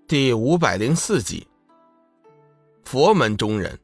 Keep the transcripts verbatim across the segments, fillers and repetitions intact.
第五百零四集，佛门中人。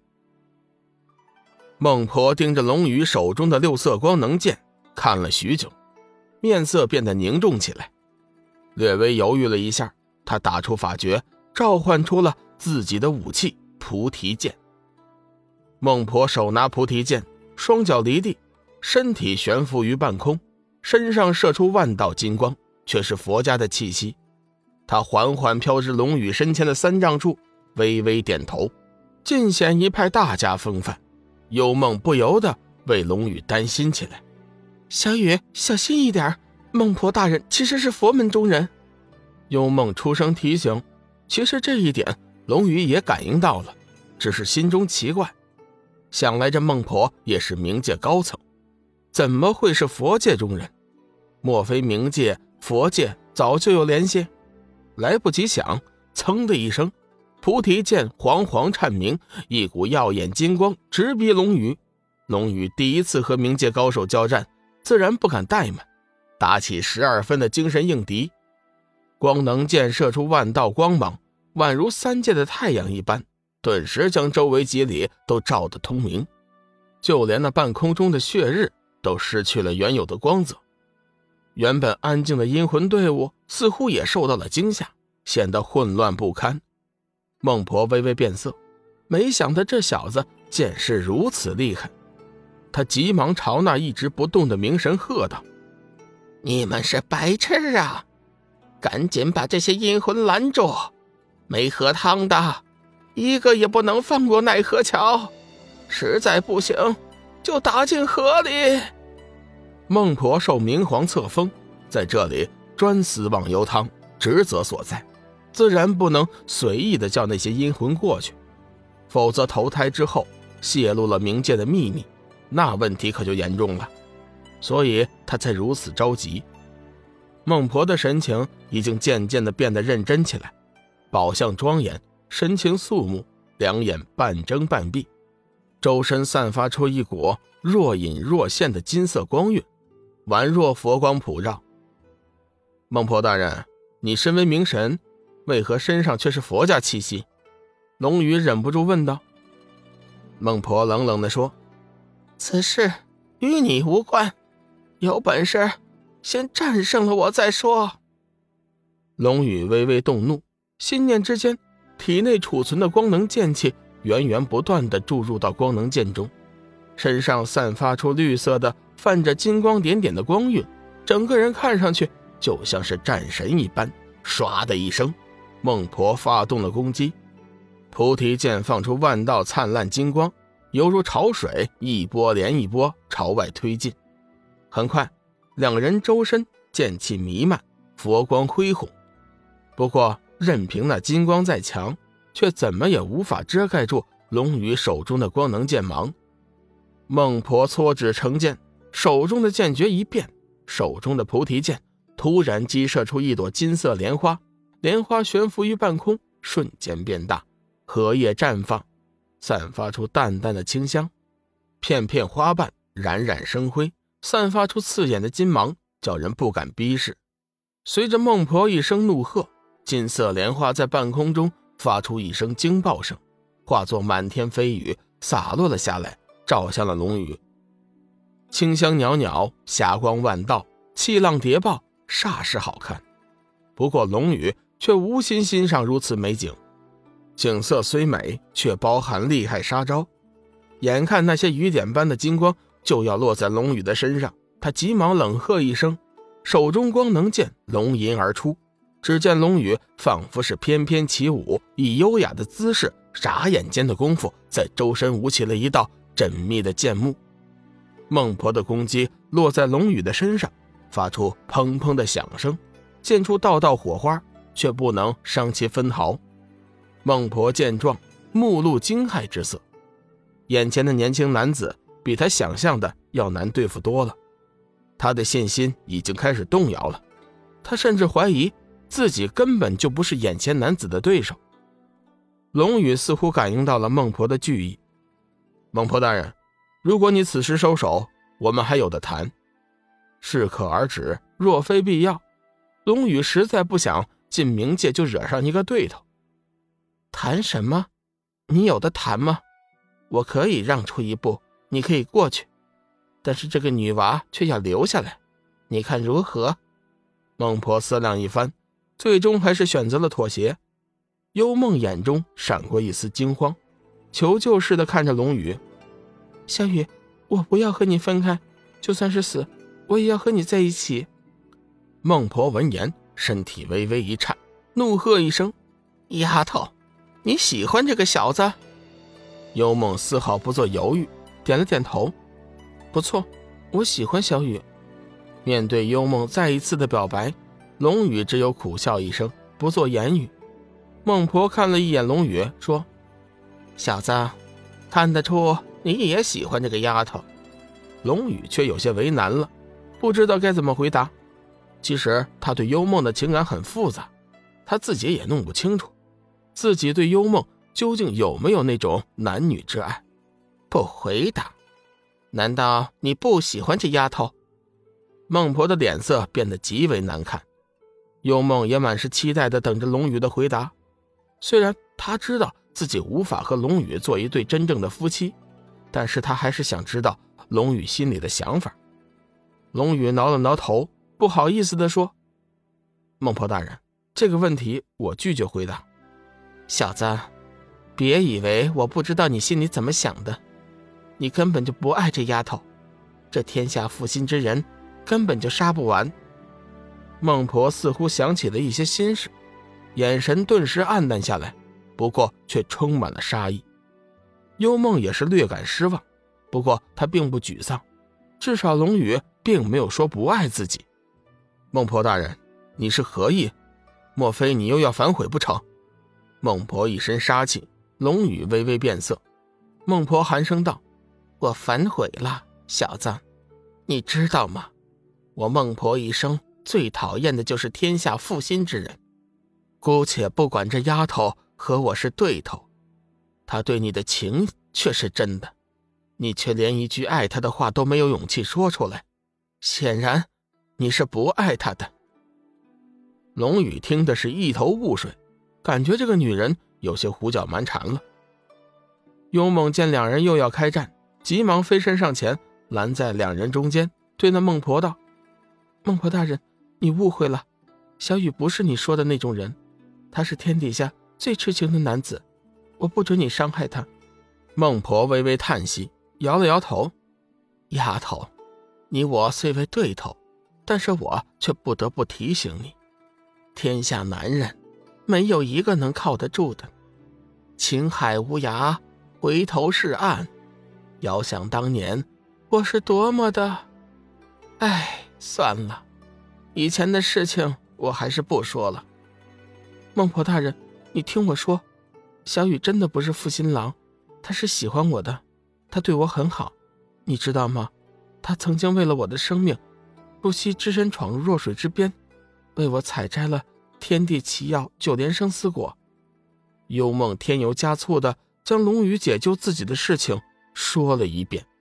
孟婆盯着龙宇手中的六色光能剑看了许久，面色变得凝重起来。略微犹豫了一下，他打出法诀，召唤出了自己的武器菩提剑。孟婆手拿菩提剑，双脚离地，身体悬浮于半空，身上射出万道金光，却是佛家的气息。他缓缓飘至龙宇身前的三丈处，微微点头，尽显一派大家风范。幽梦不由得为龙宇担心起来。 小雨，小心一点，孟婆大人其实是佛门中人。 幽梦出声提醒，其实这一点龙宇也感应到了，只是心中奇怪，想来这孟婆也是冥界高层，怎么会是佛界中人？莫非冥界佛界早就有联系？来不及想，噌的一声，菩提剑黄黄颤明，一股耀眼金光直逼龙宇。龙宇第一次和冥界高手交战，自然不敢怠慢，打起十二分的精神应敌。光能剑射出万道光芒，宛如三界的太阳一般，顿时将周围几里都照得通明，就连那半空中的血日都失去了原有的光泽。原本安静的阴魂队伍似乎也受到了惊吓，显得混乱不堪。孟婆微微变色，没想到这小子剑势如此厉害。他急忙朝那一直不动的冥神喝道： 你们是白痴啊，赶紧把这些阴魂拦住，没喝汤的一个也不能放过奈何桥，实在不行就打进河里。孟婆受明皇册封，在这里专司忘忧汤，职责所在， 自然不能随意的叫那些阴魂过去，否则投胎之后泄露了冥界的秘密，那问题可就严重了，所以他才如此着急。孟婆的神情已经渐渐的变得认真起来，宝相庄严，神情肃穆，两眼半睁半闭，周身散发出一股若隐若现的金色光晕，宛若佛光普照。孟婆大人，你身为冥神，为何身上却是佛家气息？龙宇忍不住问道。 孟婆冷冷地说：此事与你无关，有本事先战胜了我再说。 龙宇微微动怒，心念之间，体内储存的光能剑气源源不断地注入到光能剑中，身上散发出绿色的泛着金光点点的光晕，整个人看上去就像是战神一般。唰的一声，孟婆发动了攻击，菩提剑放出万道灿烂金光，犹如潮水，一波连一波朝外推进。很快，两人周身剑气弥漫，佛光恢宏。不过任凭那金光再强，却怎么也无法遮盖住龙宇手中的光能剑芒。孟婆搓指成剑，手中的剑诀一变，手中的菩提剑突然激射出一朵金色莲花，莲花悬浮于半空，瞬间变大，荷叶绽放，散发出淡淡的清香，片片花瓣冉冉生辉，散发出刺眼的金芒，叫人不敢逼视。随着孟婆一声怒喝，金色莲花在半空中发出一声惊爆声，化作满天飞雨洒落了下来，照向了龙宇。清香袅袅，霞光万道，气浪叠爆，煞是好看。不过龙宇却无心欣赏如此美景，景色虽美，却包含厉害杀招。眼看那些雨点般的金光就要落在龙宇的身上，他急忙冷喝一声，手中光能剑龙吟而出。只见龙宇仿佛是翩翩起舞，以优雅的姿势，眨眼间的功夫，在周身舞起了一道缜密的剑幕。孟婆的攻击落在龙宇的身上，发出砰砰的响声，溅出道道火花，却不能伤其分毫。孟婆见状，目露惊骇之色，眼前的年轻男子比他想象的要难对付多了，他的信心已经开始动摇了，他甚至怀疑自己根本就不是眼前男子的对手。龙宇似乎感应到了孟婆的惧意。孟婆大人，如果你此时收手，我们还有得谈。适可而止，若非必要。龙宇实在不想进冥界就惹上一个对头， 谈什么？你有的谈吗？我可以让出一步，你可以过去，但是这个女娃却要留下来，你看如何？ 孟婆思量一番，最终还是选择了妥协。幽梦眼中闪过一丝惊慌，求救似的看着龙宇。 小雨，我不要和你分开，就算是死，我也要和你在一起。 孟婆闻言，身体微微一颤，怒喝一声： 丫头，你喜欢这个小子？ 幽梦丝毫不做犹豫，点了点头。 不错，我喜欢小雨。 面对幽梦再一次的表白，龙宇只有苦笑一声，不做言语。孟婆看了一眼龙宇，说： 小子，看得出你也喜欢这个丫头。 龙宇却有些为难了，不知道该怎么回答。其实他对幽梦的情感很复杂，他自己也弄不清楚，自己对幽梦究竟有没有那种男女之爱。 不回答？难道你不喜欢这丫头？ 孟婆的脸色变得极为难看。幽梦也满是期待地等着龙宇的回答。虽然他知道自己无法和龙宇做一对真正的夫妻，但是他还是想知道龙宇心里的想法。龙宇挠了挠头，不好意思地说：孟婆大人，这个问题我拒绝回答。 小子，别以为我不知道你心里怎么想的，你根本就不爱这丫头，这天下负心之人根本就杀不完。 孟婆似乎想起了一些心事，眼神顿时暗淡下来，不过却充满了杀意。幽梦也是略感失望，不过他并不沮丧，至少龙宇并没有说不爱自己。孟婆大人，你是何意？莫非你又要反悔不成？孟婆一身杀气，龙宇微微变色。孟婆寒声道： 我反悔了，小子，你知道吗？我孟婆一生最讨厌的就是天下负心之人。姑且不管这丫头和我是对头，她对你的情却是真的，你却连一句爱她的话都没有勇气说出来，显然你是不爱她的。 龙宇听的是一头雾水，感觉这个女人有些胡搅蛮缠了。幽梦见两人又要开战，急忙飞身上前，拦在两人中间，对那孟婆道： 孟婆大人，你误会了，小雨不是你说的那种人，他是天底下最痴情的男子，我不准你伤害他。 孟婆微微叹息，摇了摇头： 丫头，你我虽为对头，但是我却不得不提醒你，天下男人没有一个能靠得住的，情海无涯，回头是岸。遥想当年我是多么的……哎，算了，以前的事情我还是不说了。孟婆大人，你听我说，小雨真的不是负心郎，他是喜欢我的，他对我很好，你知道吗？他曾经为了我的生命，不惜只身闯入弱水之边，为我采摘了天地奇药九莲生死果。 幽梦添油加醋的将龙宇解救自己的事情说了一遍。